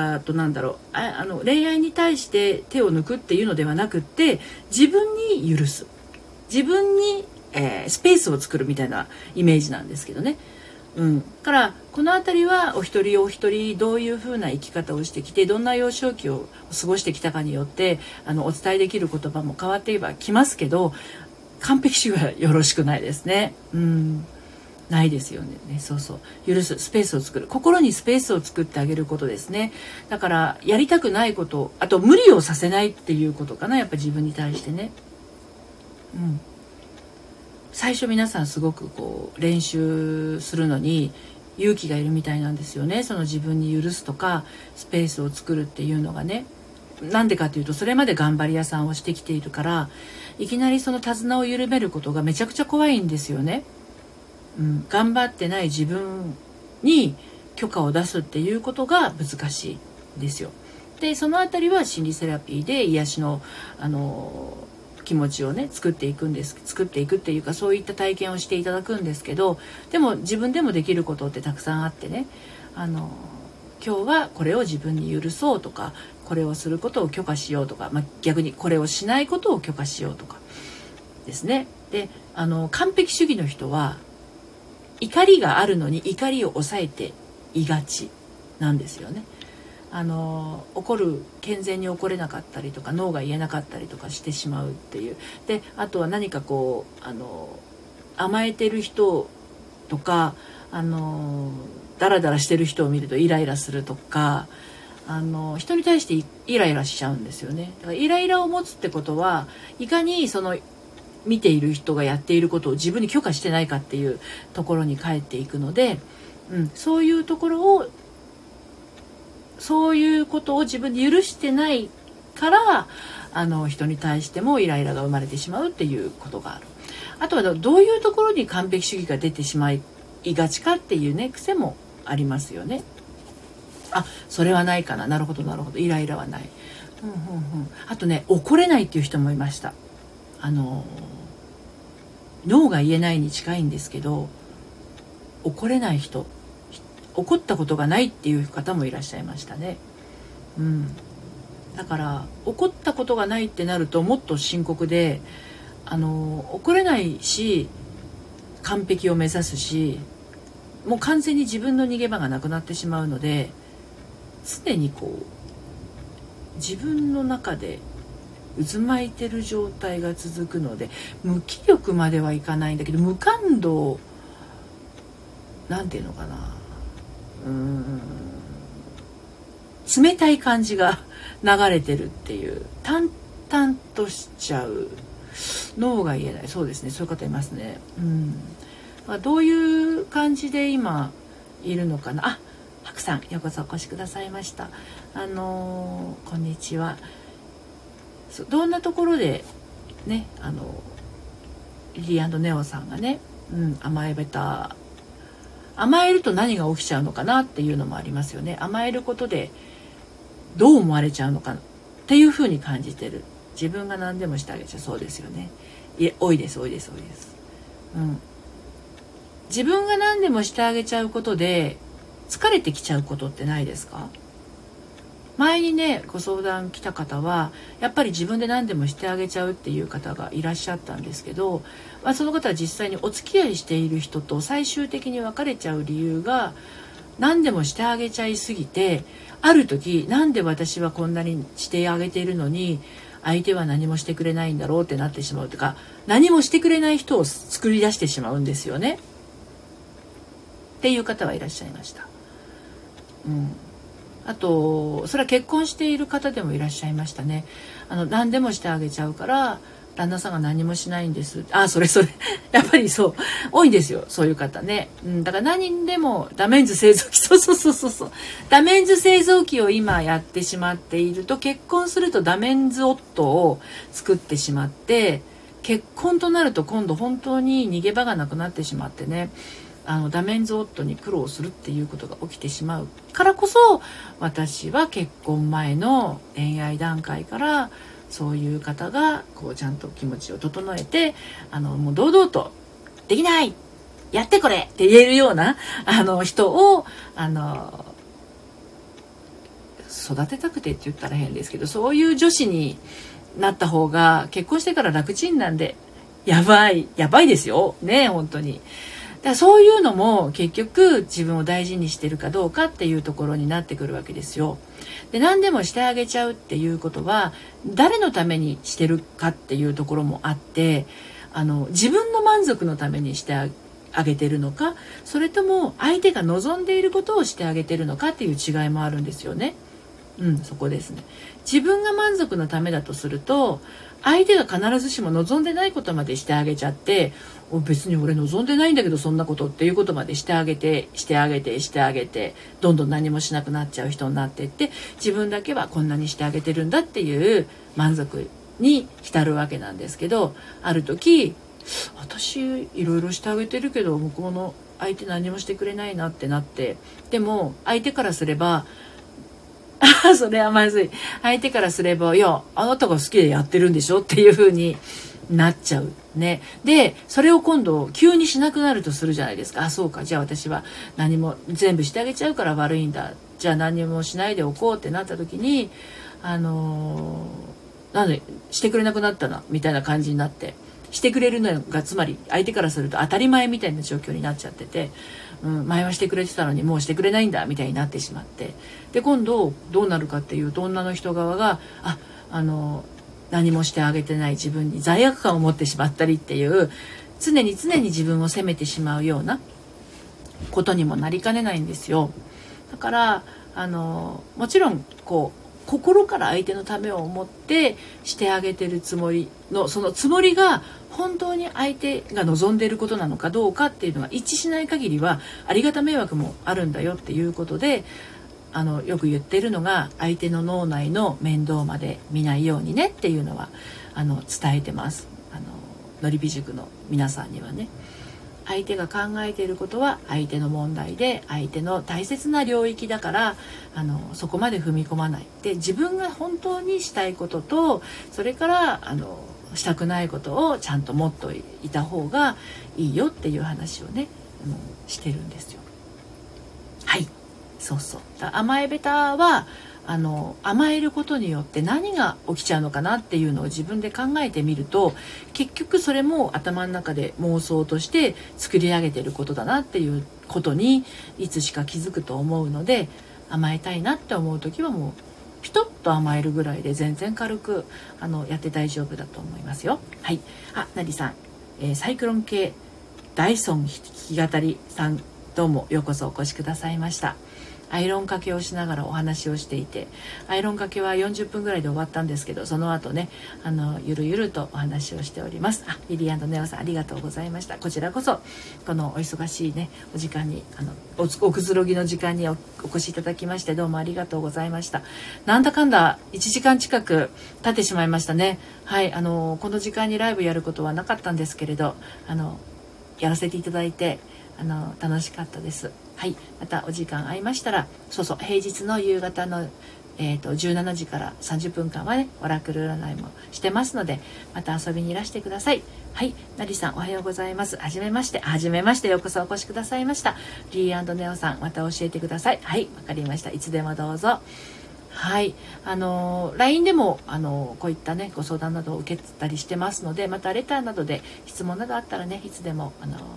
恋愛に対して手を抜くっていうのではなくって、自分に許す、自分に、スペースを作るみたいなイメージなんですけどね。 からこのあたりはお一人お一人どういうふうな生き方をしてきてどんな幼少期を過ごしてきたかによってお伝えできる言葉も変わってはきますけど、完璧主義はよろしくないですね。ないですよね。そう許すスペースを作る、心にスペースを作ってあげることですね。だからやりたくないこと、あと無理をさせないっていうことかな、やっぱ自分に対してね。最初皆さんすごく練習するのに勇気がいるみたいなんですよね。その自分に許すとかスペースを作るっていうのがね。なんでかというと、それまで頑張り屋さんをしてきているから、いきなりその手綱を緩めることがめちゃくちゃ怖いんですよね。頑張ってない自分に許可を出すっていうことが難しいんですよ。でそのあたりは心理セラピーで癒しの気持ちをね作っていくっていうか、そういった体験をしていただくんですけど、でも自分でもできることってたくさんあってね、今日はこれを自分に許そうとか、これをすることを許可しようとか、逆にこれをしないことを許可しようとかですね。で完璧主義の人は怒りがあるのに怒りを抑えていがちなんですよね。健全に怒れなかったりとか、ノーが言えなかったりとかしてしまうっていう。であとは何か甘えてる人とかダラダラしてる人を見るとイライラするとか、人に対してイライラしちゃうんですよね。だからイライラを持つってことは、いかにその見ている人がやっていることを自分に許可してないかっていうところに帰っていくので、そういうことを自分で許してないから人に対してもイライラが生まれてしまうっていうことがある。あとはどういうところに完璧主義が出てしまいがちかっていうね、癖もありますよね。それはないかな。なるほどイライラはない。あとね、怒れないっていう人もいました。脳が言えないに近いんですけど、怒れない人、怒ったことがないっていう方もいらっしゃいましたね。だから怒ったことがないってなるともっと深刻で、怒れないし完璧を目指すし、もう完全に自分の逃げ場がなくなってしまうので、常に自分の中で渦巻いてる状態が続くので、無気力まではいかないんだけど、無感動なんていうのかな、冷たい感じが流れてるっていう、淡々としちゃう、脳が言えない。そうですね、そういう方いますね。どういう感じで今いるのかな。白さん、ようこそお越しくださいました。こんにちは。どんなところでね、リリー&ネオさんがね、甘えると何が起きちゃうのかなっていうのもありますよね。甘えることでどう思われちゃうのかっていうふうに感じてる。自分が何でもしてあげちゃう。そうですよね。多いです。自分が何でもしてあげちゃうことで疲れてきちゃうことってないですか？前にね、ご相談来た方はやっぱり自分で何でもしてあげちゃうっていう方がいらっしゃったんですけど、その方は実際にお付き合いしている人と最終的に別れちゃう理由が、何でもしてあげちゃいすぎて、ある時なんで私はこんなにしてあげているのに相手は何もしてくれないんだろうってなってしまうとか、何もしてくれない人を作り出してしまうんですよねっていう方はいらっしゃいました。あとそれは結婚している方でもいらっしゃいましたね。何でもしてあげちゃうから旦那さんが何もしないんです。それやっぱりそう多いんですよ、そういう方ね。だから何でもダメンズ製造機、そうダメンズ製造機を今やってしまっていると、結婚するとダメンズ夫を作ってしまって、結婚となると今度本当に逃げ場がなくなってしまってね、ダメンズ夫に苦労するっていうことが起きてしまうからこそ、私は結婚前の恋愛段階からそういう方がちゃんと気持ちを整えて、もう堂々とできないやってこれって言えるような人を育てたくてって言ったら変ですけど、そういう女子になった方が結婚してから楽ちんなんで、やばいですよね、本当に。 からそういうのも結局自分を大事にしてるかどうかっていうところになってくるわけですよ。で、何でもしてあげちゃうっていうことは誰のためにしてるかっていうところもあって、自分の満足のためにしてあげてるのか、それとも相手が望んでいることをしてあげてるのかっていう違いもあるんですよね。そこですね。自分が満足のためだとすると、相手が必ずしも望んでないことまでしてあげちゃって、別に俺望んでないんだけどそんなことっていうことまでしてあげてどんどん何もしなくなっちゃう人になっていって、自分だけはこんなにしてあげてるんだっていう満足に浸るわけなんですけど、ある時私いろいろしてあげてるけど向こうの相手何もしてくれないなってなって、でも相手からすればそれはまずい。相手からすれば、いや、あなたが好きでやってるんでしょっていう風になっちゃう。ね。で、それを今度、急にしなくなるとするじゃないですか。あ、そうか。じゃあ私は何も全部してあげちゃうから悪いんだ。じゃあ何もしないでおこうってなった時に、なんで、してくれなくなったな、みたいな感じになって。してくれるのが、つまり相手からすると当たり前みたいな状況になっちゃってて、前はしてくれてたのにもうしてくれないんだみたいになってしまって、で今度どうなるかっていうと、女の人側が何もしてあげてない自分に罪悪感を持ってしまったりっていう、常に自分を責めてしまうようなことにもなりかねないんですよ。だからもちろん心から相手のためを思ってしてあげてるつもりの、そのつもりが本当に相手が望んでいることなのかどうかっていうのが一致しない限りはありがた迷惑もあるんだよっていうことで、よく言ってるのが、相手の脳内の面倒まで見ないようにねっていうのは伝えてます。のりび塾の皆さんにはね、相手が考えていることは相手の問題で、相手の大切な領域だから、そこまで踏み込まないで、自分が本当にしたいことと、それからしたくないことをちゃんと持っていた方がいいよっていう話をね、してるんですよ。はい、そうそう。甘えべたは甘えることによって何が起きちゃうのかなっていうのを自分で考えてみると、結局それも頭の中で妄想として作り上げてることだなっていうことにいつしか気づくと思うので、甘えたいなって思う時はもうピトッと甘えるぐらいで全然軽くやって大丈夫だと思いますよ。はい。なりさん、サイクロン系ダイソン弾き語りさん、どうもようこそお越しくださいました。アイロンかけをしながらお話をしていて、アイロンかけは40分ぐらいで終わったんですけど、その後ねゆるゆるとお話をしております。リリー&ネオさん、ありがとうございました。こちらこそこのお忙しいねお時間におくつろぎの時間にお越しいただきまして、どうもありがとうございました。なんだかんだ1時間近く経ってしまいましたね。はい。この時間にライブやることはなかったんですけれど、やらせていただいて楽しかったです。はい。またお時間合いましたら、平日の夕方の17時から30分間はね、オラクル占いもしてますので、また遊びにいらしてください。はい。なりさん、おはようございます。はじめまして、ようこそお越しくださいました。リー&ネオさん、また教えてください。はい。わかりました。いつでもどうぞ。はい。LINE でもこういったねご相談などを受けたりしてますので、またレターなどで質問などあったらね、いつでも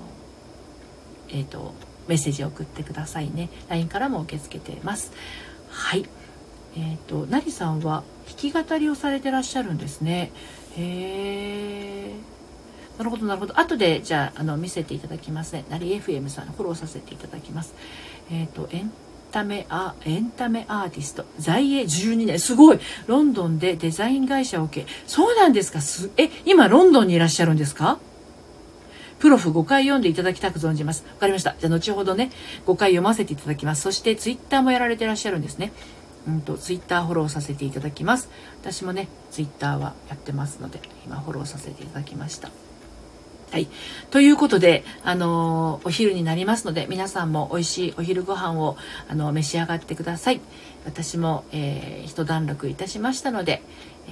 メッセージを送ってくださいね。 LINE からも受け付けてます。はい。なりさんは弾き語りをされてらっしゃるんですね。なるほど。後でじゃあ見せていただきますね。なり FM さんフォローさせていただきます。エンタメアーティスト在英12年、すごい。ロンドンでデザイン会社を受け、そうなんですか。今ロンドンにいらっしゃるんですか。プロフ5回読んでいただきたく存じます。わかりました。じゃあ後ほどね5回読ませていただきます。そしてツイッターもやられてらっしゃるんですね。ツイッターフォローさせていただきます。私もねツイッターはやってますので、今フォローさせていただきました。はい。ということで、お昼になりますので、皆さんも美味しいお昼ご飯を召し上がってください。私も、一段落いたしましたので、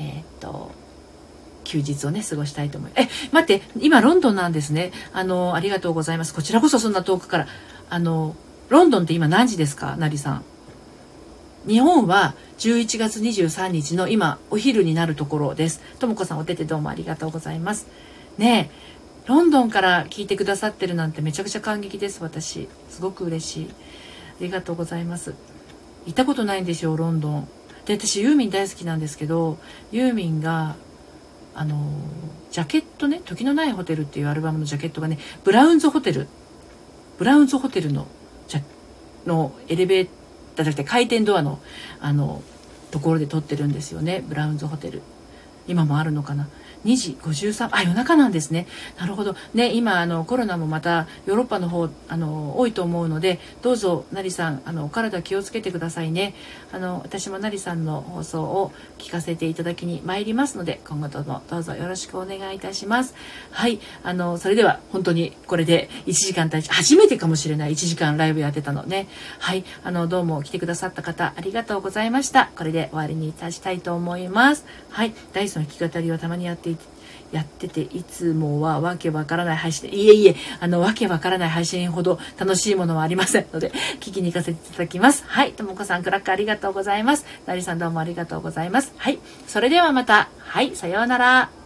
休日をね過ごしたいと思います。待って、今ロンドンなんですね。ありがとうございます。こちらこそそんな遠くから。ロンドンって今何時ですか、なりさん。日本は11月23日の今お昼になるところです。ともこさん、お手手どうもありがとうございます。ねえ、 ロンドンから聞いてくださってるなんてめちゃくちゃ感激です。私すごく嬉しい。ありがとうございます。行ったことないんですよ、ロンドンで。私ユーミン大好きなんですけど、ユーミンがジャケットね、時のないホテルっていうアルバムのジャケットがね、ブラウンズホテルのエレベーターじゃなくて回転ドアのところで撮ってるんですよね。ブラウンズホテル今もあるのかな。2時53、夜中なんですね。なるほどね。今コロナもまたヨーロッパの方多いと思うので、どうぞなりさんお体気をつけてくださいね。私もなりさんの放送を聞かせていただきに参りますので、今後ともどうぞよろしくお願いいたします。はい、それでは本当にこれで1時間初めてかもしれない1時間ライブやってたのね。はい、どうも来てくださった方ありがとうございました。これで終わりにいたしたいと思います。はい、ダイソン弾き語りをたまにやってて、いつもはわけわからない配信で、わけわからない配信ほど楽しいものはありませんので、聞きに行かせていただきます。はい、ともこさんクラッカーありがとうございます。なりさんどうもありがとうございます。はい、それではまた。はい、さようなら。